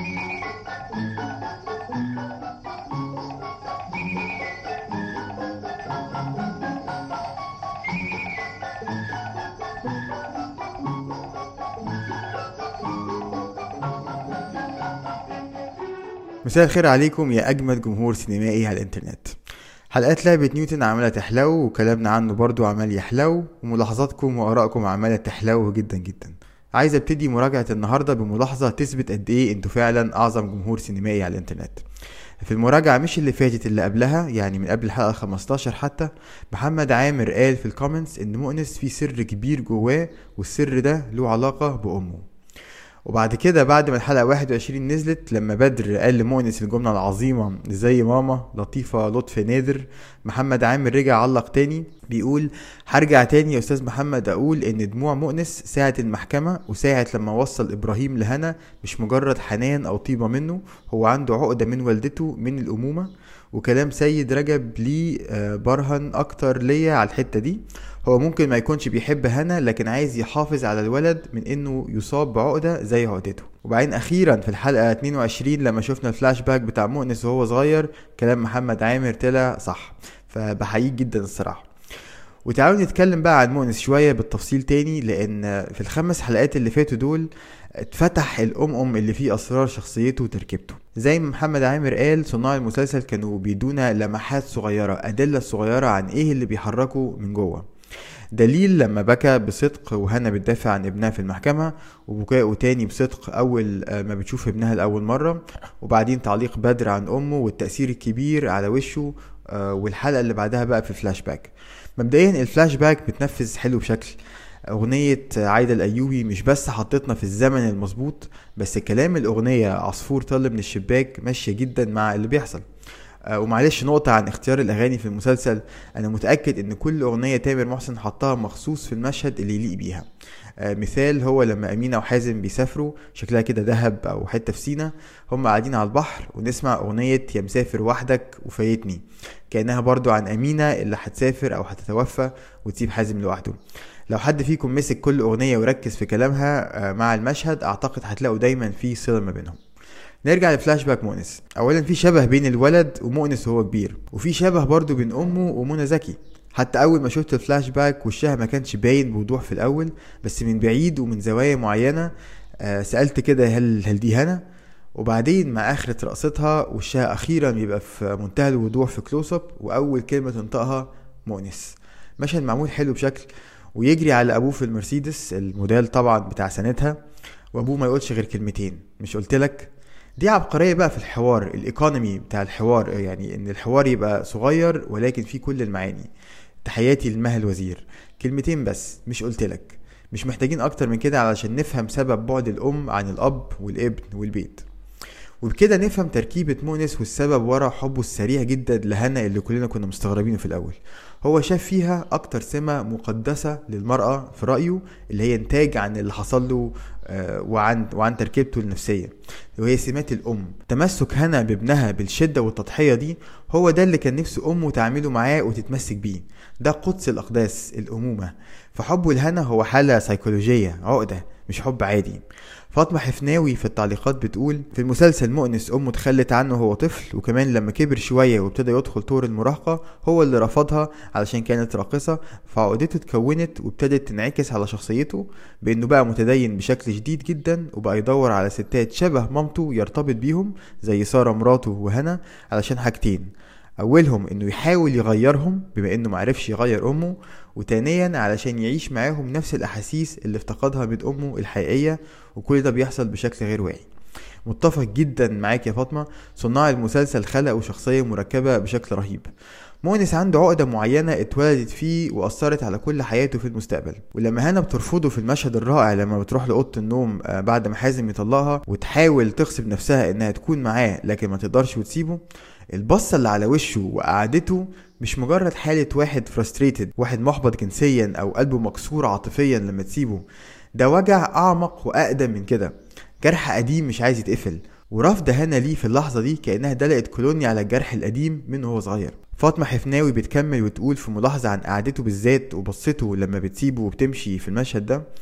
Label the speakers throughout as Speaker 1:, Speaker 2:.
Speaker 1: مساء الخير عليكم يا أجمد جمهور سينمائي على الإنترنت. حلقات لعبة نيوتن عمالة تحلو وكلامنا عنه برضو عمال يحلو وملاحظاتكم وآرائكم عمالة تحلو جدا جدا. عايز ابتدي مراجعة النهاردة بملاحظة تثبت قد ايه انتوا فعلا أعظم جمهور سينمائي على الإنترنت. في المراجعة مش اللي فاتت اللي قبلها، يعني من قبل الحلقة 15 حتى، محمد عامر قال في الكومنتس ان مؤنس في سر كبير جواه والسر ده له علاقة بأمه. وبعد كده بعد ما الحلقة 21 نزلت، لما بدر قال لمؤنس الجملة العظيمة زي ماما لطيفة لطف نادر، محمد عامر رجع علق تاني بيقول: هرجع تاني يا أستاذ محمد أقول إن دموع مؤنس ساعة المحكمة وساعة لما وصل إبراهيم لهنا مش مجرد حنان أو طيبة منه، هو عنده عقدة من والدته من الأمومة. وكلام سيد رجب ليه برهن أكتر ليا على الحتة دي. هو ممكن ما يكونش بيحب هنا، لكن عايز يحافظ على الولد من انه يصاب بعقدة زي عقدته. وبعدين اخيرا في الحلقة 22 لما شفنا الفلاش باك بتاع مؤنس وهو صغير، كلام محمد عامر طلع صح، فبحييك جدا الصراحة. وتعالوا نتكلم بقى عن مؤنس شوية بالتفصيل تاني، لان في الخمس حلقات اللي فاتوا دول اتفتح الأم اللي فيه أسرار شخصيته وتركيبته. زي ما محمد عامر قال، صناع المسلسل كانوا بيدونا لمحات صغيرة، أدلة صغيرة عن ايه اللي بيحركه من جوه. دليل لما بكى بصدق وهنا بتدافع عن ابنها في المحكمة، وبكاءه تاني بصدق أول ما بتشوف ابنها لأول مرة، وبعدين تعليق بدر عن أمه والتأثير الكبير على وشه، والحلقة اللي بعدها بقى في فلاش باك. مبدئيا الفلاش باك بتنفذ حلو بشكل. أغنية عايدة الأيوبي مش بس حطتنا في الزمن المظبوط، بس كلام الأغنية عصفور طل من الشباك ماشية جدا مع اللي بيحصل. ومعلش نقطة عن اختيار الأغاني في المسلسل، أنا متأكد إن كل أغنية تامر محسن حطها مخصوص في المشهد اللي يليق بيها. مثال هو لما أمينة وحازم بيسافروا شكلها كده دهب أو حتة في سينا، هم قاعدين على البحر ونسمع أغنية يا مسافر وحدك وفايتني، كأنها برضو عن أمينة اللي هتسافر أو هتتوفى وتسيب حازم لوحده. لو حد فيكم مسك كل أغنية وركز في كلامها مع المشهد، أعتقد هتلاقوا دايما في صلة ما بينهم. نرجع لفلاش باك مؤنس. اولا في شبه بين الولد ومؤنس وهو كبير، وفي شبه برضو بين امه ومنى زكي. حتى اول ما شفت الفلاش باك وشها ما كانش باين بوضوح في الاول، بس من بعيد ومن زوايا معينة سألت كده هل دي هنا؟ وبعدين مع اخرة رقصتها وشها اخيرا بيبقى في منتهى الوضوح في كلوز اب، واول كلمة تنطقها مؤنس. مشهد معمول حلو بشكل، ويجري على ابوه في المرسيدس الموديل طبعا بتاع سنتها، وابوه ما يقولش غير كلمتين: مش قلتلك؟ دي عبقرية بقى في الحوار، الايكونومي بتاع الحوار، يعني ان الحوار يبقى صغير ولكن فيه كل المعاني. تحياتي للمها الوزير، كلمتين بس: مش قلتلك. مش محتاجين اكتر من كده علشان نفهم سبب بعد الام عن الاب والابن والبيت، وبكده نفهم تركيبة مؤنس والسبب ورا حبه السريع جدا لهنا اللي كلنا كنا مستغربينه في الاول. هو شاف فيها اكتر سمة مقدسة للمرأة في رأيه، اللي هي انتاج عن اللي حصل له وعن تركيبته النفسية، وهي سمات الام. تمسك هنا بابنها بالشدة والتضحية دي هو ده اللي كان نفسه امه تعمله معاه وتتمسك بيه. ده قدس الاقداس، الامومة. فحبه لهنا هو حالة سيكولوجية، عقدة مش حب عادي. فاطمة حفناوي في التعليقات بتقول: في المسلسل مؤنس أمه تخلت عنه وهو طفل، وكمان لما كبر شوية وابتدى يدخل طور المراهقة هو اللي رفضها علشان كانت راقصة، فعقدته اتكونت وابتدت تنعكس على شخصيته بأنه بقى متدين بشكل شديد جدا، وبقى يدور على ستات شبه مامته يرتبط بيهم زي سارة مراته وهنا، علشان حاجتين: أولهم إنه يحاول يغيرهم بما إنه معرفش يغير أمه، وتانيا علشان يعيش معاهم نفس الأحاسيس اللي افتقدها من أمه الحقيقية، وكل ده بيحصل بشكل غير واعي. متفق جدا معاك يا فاطمة، صناع المسلسل خلقوا شخصية مركبة بشكل رهيب. مؤنس عنده عقدة معينة اتولدت فيه وأثرت على كل حياته في المستقبل، ولما هنا بترفضه في المشهد الرائع لما بتروح لأوضة النوم بعد ما حازم يطلقها وتحاول تغصب نفسها انها تكون معاه لكن ما تقدرش وتسيبه، البصة اللي على وشه وقعدته مش مجرد حالة واحد فرستريتد، واحد محبط جنسيا أو قلبه مكسور عاطفيا لما تسيبه. ده وجع أعمق وأقدم من كده، جرح قديم مش عايز يتقفل، ورفض هنا ليه في اللحظة دي كأنها دلقت كولونيا على الجرح القديم من وهو صغير. فاطمة حفناوي بتكمل وتقول في ملاحظة عن قعدته بالذات وبصته لما بتسيبه وبتمشي في المشهد ده: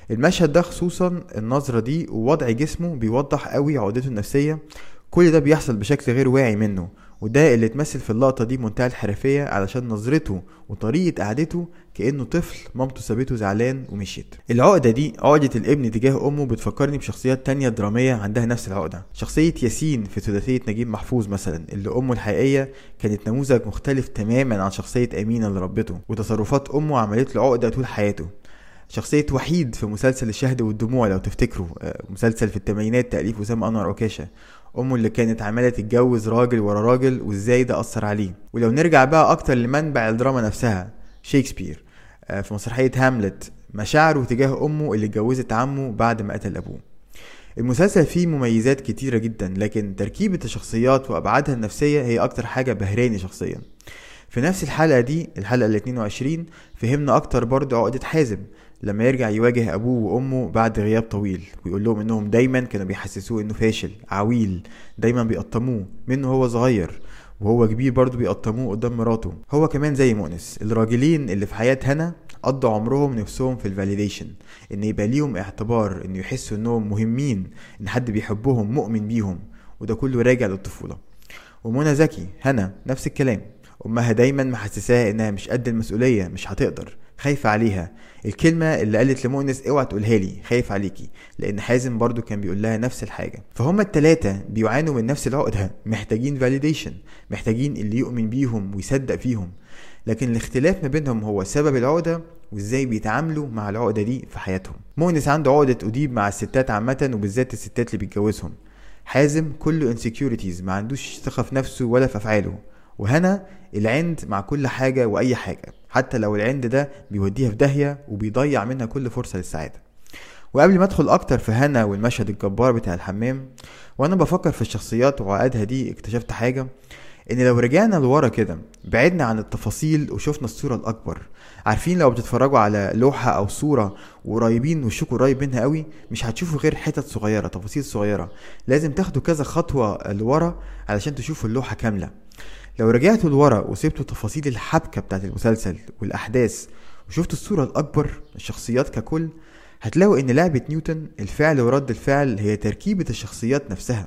Speaker 1: المشهد ده خصوصا النظرة دي ووضع جسمه بيوضح قوي عقدته النفسية. كل ده بيحصل بشكل غير واعي منه، وده اللي اتمثل في اللقطة دي منتهى الحرفية علشان نظرته وطريقة قعدته كأنه طفل مامته سابته زعلان ومشيت. العقدة دي، عقدة الابن تجاه أمه، بتفكرني بشخصيات تانية درامية عندها نفس العقدة. شخصية ياسين في ثلاثية نجيب محفوظ مثلا، اللي أمه الحقيقية كانت نموذج مختلف تماما عن شخصية أمينة اللي ربته، وتصرفات أمه عملت له عقدة طول حياته. شخصية وحيد في مسلسل الشهد والدموع لو تفتكروا، مسلسل في الثمانينات تأليف وسام أنور عكاشة، أمه اللي كانت عمالة تتجوز راجل ورا راجل وإزاي ده أثر عليه. ولو نرجع بقى أكتر لمنبع الدراما نفسها، شكسبير في مسرحية هاملت، مشاعره تجاه أمه اللي اتجوزت عمه بعد ما قتل أبوه. المسلسل فيه مميزات كتيرة جدا، لكن تركيبة الشخصيات وأبعادها النفسية هي أكتر حاجة بهراني شخصيا. في نفس الحلقة دي، الحلقة ال 22، فهمنا أكتر برضه عقدة حازم لما يرجع يواجه أبوه وأمه بعد غياب طويل، ويقول لهم إنهم دايما كانوا بيحسسوه إنه فاشل عويل، دايما بيقطموه منه هو صغير، وهو كبير برضه بيقطموه قدام مراته. هو كمان زي مؤنس، الراجلين اللي في حياة هنا قضوا عمرهم نفسهم في الفاليديشن، إن يبقى ليهم اعتبار، إن يحسوا إنهم مهمين، إن حد بيحبهم مؤمن بيهم، وده كله راجع للطفولة. ومنى زكي هنا نفس الكلام، امها دايما محسساها انها مش قد المسؤوليه، مش هتقدر، خايفه عليها. الكلمه اللي قالت لمؤنس اوعى تقولها لي، خايف عليكي، لان حازم برضو كان بيقول لها نفس الحاجه. فهم التلاتة بيعانوا من نفس العقده، محتاجين فاليديشن، محتاجين اللي يؤمن بيهم ويصدق فيهم. لكن الاختلاف ما بينهم هو سبب العقده وازاي بيتعاملوا مع العقده دي في حياتهم. مؤنس عنده عقده اديب مع الستات عامه، وبالذات الستات اللي بيتجوزهم. حازم كله insecurities، ما عندوش ثقه في نفسه ولا في افعاله. وهنا العند مع كل حاجة وأي حاجة، حتى لو العند ده بيوديها في داهية وبيضيع منها كل فرصة للسعادة. وقبل ما ادخل اكتر في هنا والمشهد الجبار بتاع الحمام، وانا بفكر في الشخصيات وعقدها دي، اكتشفت حاجة، ان لو رجعنا لورا كده بعدنا عن التفاصيل وشوفنا الصورة الاكبر، عارفين لو بتتفرجوا على لوحة او صورة وقريبين وشكوا قريب منها قوي، مش هتشوفوا غير حتت صغيرة، تفاصيل صغيرة، لازم تاخدوا كذا خطوة لورا علشان تشوفوا اللوحة كاملة. لو رجعتوا لورا وسبتوا تفاصيل الحبكة بتاعت المسلسل والأحداث وشفتوا الصورة الأكبر، الشخصيات ككل، هتلاقوا إن لعبة نيوتن، الفعل ورد الفعل، هي تركيبة الشخصيات نفسها.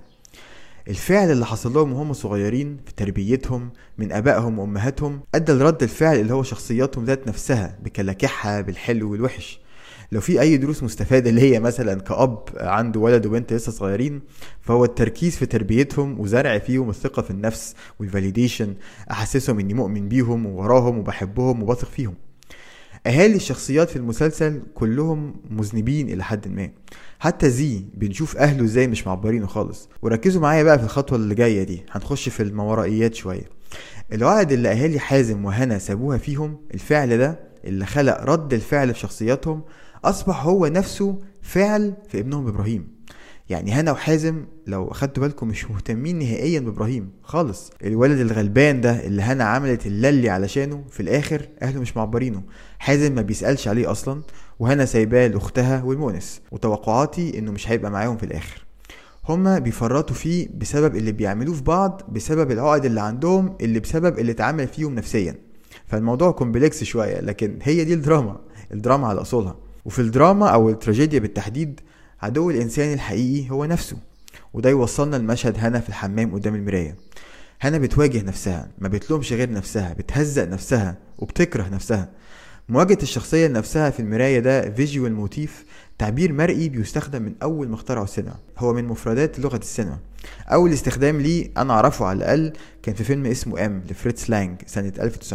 Speaker 1: الفعل اللي حصل لهم وهم صغيرين في تربيتهم من أبائهم وأمهاتهم أدى لرد الفعل اللي هو شخصياتهم ذات نفسها، بكلاكحها، بالحلو والوحش. لو في اي دروس مستفادة اللي هي مثلا كأب عنده ولد وبنت لسه صغيرين، فهو التركيز في تربيتهم وزرع فيهم الثقة في النفس والفاليديشن، احسسهم اني مؤمن بيهم ووراهم وبحبهم وبثق فيهم. اهالي الشخصيات في المسلسل كلهم مذنبين الى حد ما، حتى زي بنشوف اهله ازاي مش معبرينه خالص. وركزوا معايا بقى في الخطوة اللي جاية دي، هنخش في الماورائيات شوية. الوعد اللي اهالي حازم وهنا سابوها فيهم، الفعل ده اللي خلق رد الفعل في شخصياتهم، اصبح هو نفسه فعل في ابنهم ابراهيم. يعني هنا وحازم لو اخدتوا بالكم مش مهتمين نهائيا بابراهيم خالص، الولد الغلبان ده اللي هنا عملت اللي علشانه، في الاخر اهله مش معبرينه. حازم ما بيسألش عليه اصلا، وهنا سايباه لاختها والمؤنس، وتوقعاتي انه مش هيبقى معاهم في الاخر. هما بيفرطوا فيه بسبب اللي بيعملوه في بعض، بسبب العقد اللي عندهم، اللي بسبب اللي اتعامل فيهم نفسيا. فالموضوع كومبلكس شوية، لكن هي دي الدراما على اصولها. وفي الدراما او التراجيديا بالتحديد، عدو الانسان الحقيقي هو نفسه. وده يوصلنا المشهد هنا في الحمام قدام المراية. هنا بتواجه نفسها، ما بتلومش غير نفسها، بتهزق نفسها وبتكره نفسها. مواجهة الشخصية لنفسها في المراية ده فيجوال موتيف، تعبير مرئي بيستخدم من اول ما اخترعوا السينما، هو من مفردات لغة السينما. اول استخدام ليه انا اعرفه على الاقل كان في فيلم اسمه ام لفريتز لانج سنة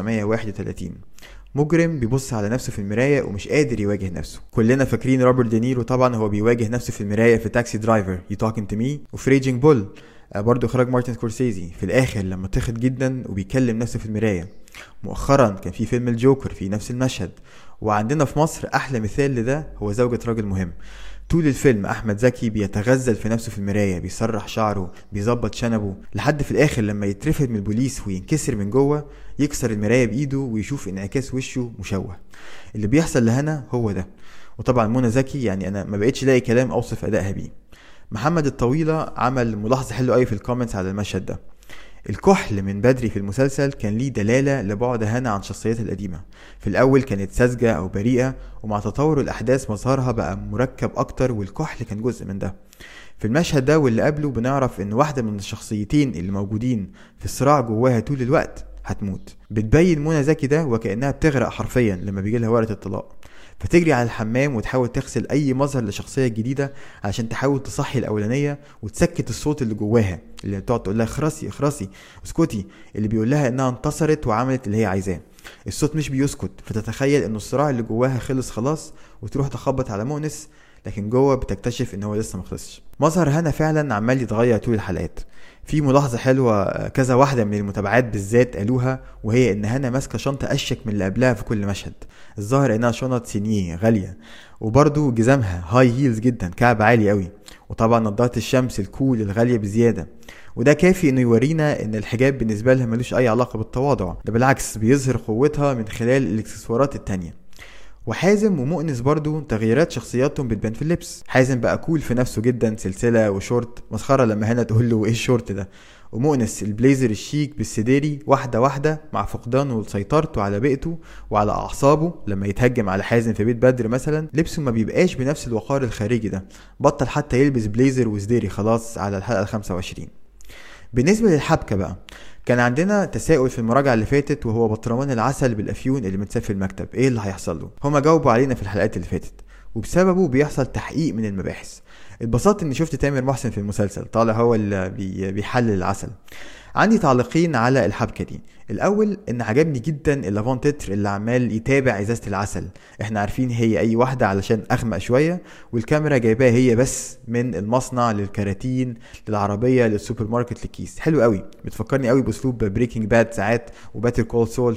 Speaker 1: 1931. مجرم بيبص على نفسه في المراية ومش قادر يواجه نفسه. كلنا فاكرين روبرت دينيرو طبعا هو بيواجه نفسه في المراية في تاكسي درايفر You Talking to Me، وفي ريجينج بول برضو اخراج مارتن سكورسيزي في الاخر لما تخت جدا وبيكلم نفسه في المراية. مؤخرا كان في فيلم الجوكر في نفس المشهد. وعندنا في مصر احلى مثال لده هو زوجة راجل مهم. طول الفيلم احمد زكي بيتغزل في نفسه في المرايه، بيسرح شعره، بيظبط شنبه، لحد في الاخر لما يترفد من البوليس وينكسر من جوه، يكسر المرايه بايده ويشوف انعكاس وشه مشوه. اللي بيحصل لهنا هو ده. وطبعا منى زكي يعني انا ما بقتش لاقي كلام اوصف ادائها بيه. محمد الطويله عمل ملاحظه حلوه قوي في الكومنتس على المشهد ده. الكحل من بدري في المسلسل كان ليه دلالة لبعد هنا عن شخصيتها القديمة. في الأول كانت ساذجة أو بريئة، ومع تطور الأحداث مظهرها بقى مركب أكتر، والكحل كان جزء من ده. في المشهد ده واللي قبله بنعرف إن واحدة من الشخصيتين اللي موجودين في الصراع جواها طول الوقت هتموت. بتبين منى زكي ده وكأنها بتغرق حرفيا لما بيجيلها ورقة الطلاق، فتجري على الحمام وتحاول تغسل اي مظهر لشخصيه جديده عشان تحاول تصحي الاولانيه وتسكت الصوت اللي جواها اللي بتقعد تقول لها اخرسي اخرسي اسكتي، اللي بيقول لها انها انتصرت وعملت اللي هي عايزاه. الصوت مش بيسكت، فتتخيل ان الصراع اللي جواها خلص خلاص وتروح تخبط على مؤنس، لكن جوه بتكتشف ان هو لسه مخلصش. مظهر هنا فعلا عمال يتغير طول الحلقات. في ملاحظة حلوة كذا واحدة من المتابعات بالذات قالوها، وهي ان هنا ماسكة شنطة اشك من اللي قبلها في كل مشهد. الظاهر انها شنط سينيه غالية، وبرضو جزامها هاي هيلز جدا، كعب عالي قوي، وطبعا نظارة الشمس الكول الغالية بزيادة. وده كافي انه يورينا ان الحجاب بالنسبة لها ملوش اي علاقة بالتواضع، ده بالعكس بيظهر قوتها من خلال الاكسسوارات التانية. وحازم ومؤنس برضو تغييرات شخصياتهم بتبان في اللبس. حازم بقى كول في نفسه جدا، سلسلة وشورت مسخرة لما هنا تقول له ايه الشورت ده، ومؤنس البليزر الشيك بالسديري واحدة واحدة مع فقدانه لسيطرته على بيئته وعلى أعصابه لما يتهجم على حازم في بيت بدر مثلا. لبسه ما بيبقاش بنفس الوقار الخارجي ده، بطل حتى يلبس بليزر وسديري خلاص على الحلقة 25. بالنسبة للحبكة بقى، كان عندنا تساؤل في المراجعة اللي فاتت، وهو بطرمان العسل بالأفيون اللي متساب في المكتب ايه اللي هيحصل له. هما جاوبوا علينا في الحلقات اللي فاتت، وبسببه بيحصل تحقيق من المباحث. اتبسطت اني شفت تامر محسن في المسلسل طالع هو اللي بيحلل العسل. عندي تعليقين على الحبكة دي. الاول ان عجبني جدا اللافون تتر اللي عمال يتابع ازازة العسل. احنا عارفين هي اي واحدة علشان اغمق شوية، والكاميرا جايباها هي بس من المصنع للكراتين للعربية للسوبر ماركت للكيس. حلو قوي، بتفكرني قوي باسلوب بريكنج باد ساعات وباتر كول سول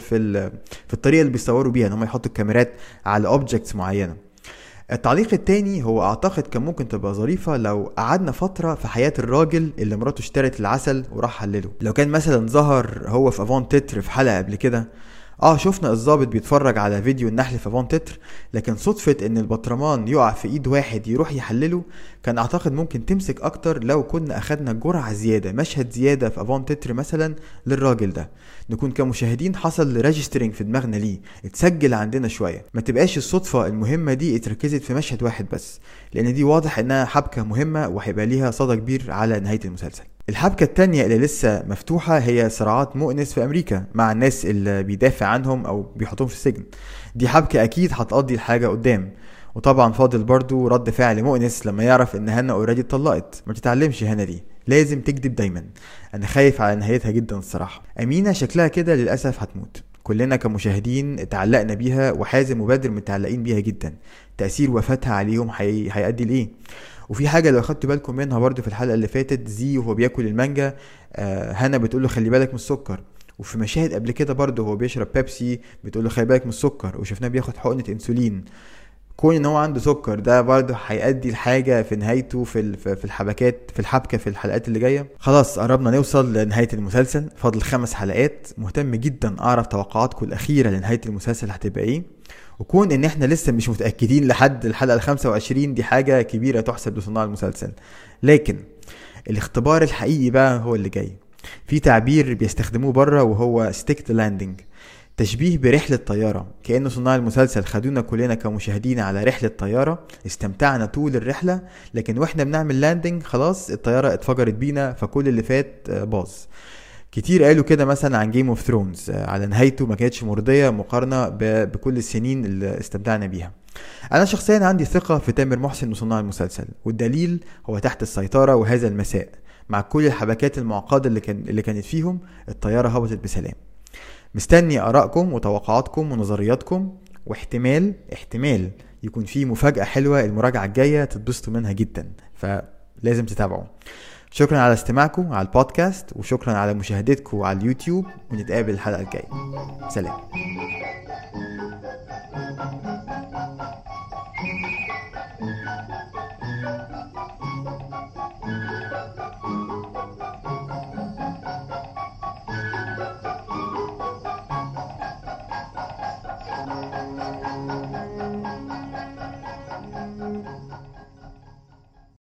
Speaker 1: في الطريقة اللي بيصوروا بيها ان هم يحطوا الكاميرات على اوبجكتس معينة. التعليق التاني هو اعتقد كان ممكن تبقى ظريفة لو قعدنا فترة في حياة الراجل اللي مراته اشترت العسل وراح حلله. لو كان مثلا ظهر هو في افون تتر في حلقة قبل كده، شفنا الضابط بيتفرج على فيديو النحل في افون تتر، لكن صدفة ان البطرمان يقع في ايد واحد يروح يحلله كان اعتقد ممكن تمسك اكتر لو كنا اخدنا جرعة زيادة، مشهد زيادة في افون تتر مثلا للراجل ده، نكون كمشاهدين حصل ريجسترينج في دماغنا ليه، اتسجل عندنا شوية، ما تبقاش الصدفة المهمة دي اتركزت في مشهد واحد بس، لان دي واضح انها حبكة مهمة وهيبقى ليها صدى كبير على نهاية المسلسل. الحبكة التانية اللي لسه مفتوحة هي صراعات مؤنس في أمريكا مع الناس اللي بيدافع عنهم أو بيحطوهم في السجن. دي حبكة أكيد هتقضي الحاجة قدام. وطبعا فاضل برضو رد فعل مؤنس لما يعرف إن هنا اوريدي اتطلقت. ما تتعلمش هنا دي، لازم تكذب دايما. أنا خايف على نهايتها جدا الصراحة. أمينة شكلها كده للأسف هتموت، كلنا كمشاهدين اتعلقنا بيها، وحازم وبدر متعلقين بيها جدا. تأثير وفاتها عليهم هيؤدي لإيه؟ وفي حاجة لو اخدت بالكم منها برضو في الحلقة اللي فاتت، زي وهو بياكل المانجا هنا بتقوله خلي بالك من السكر، وفي مشاهد قبل كده برضو هو بيشرب بيبسي بتقوله خلي بالك من السكر، وشفناه بياخد حقنة انسولين. كون ان هو عنده سكر ده برضو هيؤدي لحاجة في نهايته في الحبكات في الحبكة في الحلقات اللي جاية. خلاص قربنا نوصل لنهاية المسلسل، فاضل 5 حلقات. مهتم جدا اعرف توقعاتكم الاخيرة لنهاية المسلسل هتبقى ايه، وكون ان احنا لسه مش متأكدين لحد الحلقة 25 دي حاجة كبيرة تحسب لصناع المسلسل. لكن الاختبار الحقيقي بقى هو اللي جاي. في تعبير بيستخدموه بره وهو stick the landing، تشبيه برحلة طيارة، كأنه صناع المسلسل خدونا كلنا كمشاهدين على رحلة طيارة، استمتعنا طول الرحلة، لكن واحنا بنعمل لاندنج خلاص الطيارة اتفجرت بينا، فكل اللي فات باظ. كتير قالوا كده مثلا عن جيم اوف ثرونز، على نهايته ما كانتش مرضية مقارنة بكل السنين اللي استمتعنا بيها. انا شخصيا عندي ثقة في تامر محسن وصناع المسلسل، والدليل هو تحت السيطرة وهذا المساء مع كل الحبكات المعقدة اللي كانت فيهم الطيارة هبطت بسلام. مستني آرائكم وتوقعاتكم ونظرياتكم، واحتمال يكون في مفاجأة حلوة المراجعة الجاية تتبسطوا منها جدا، فلازم تتابعوا. شكرا على استماعكم على البودكاست، وشكرا على مشاهدتكم على اليوتيوب، ونتقابل الحلقة الجاية. سلام.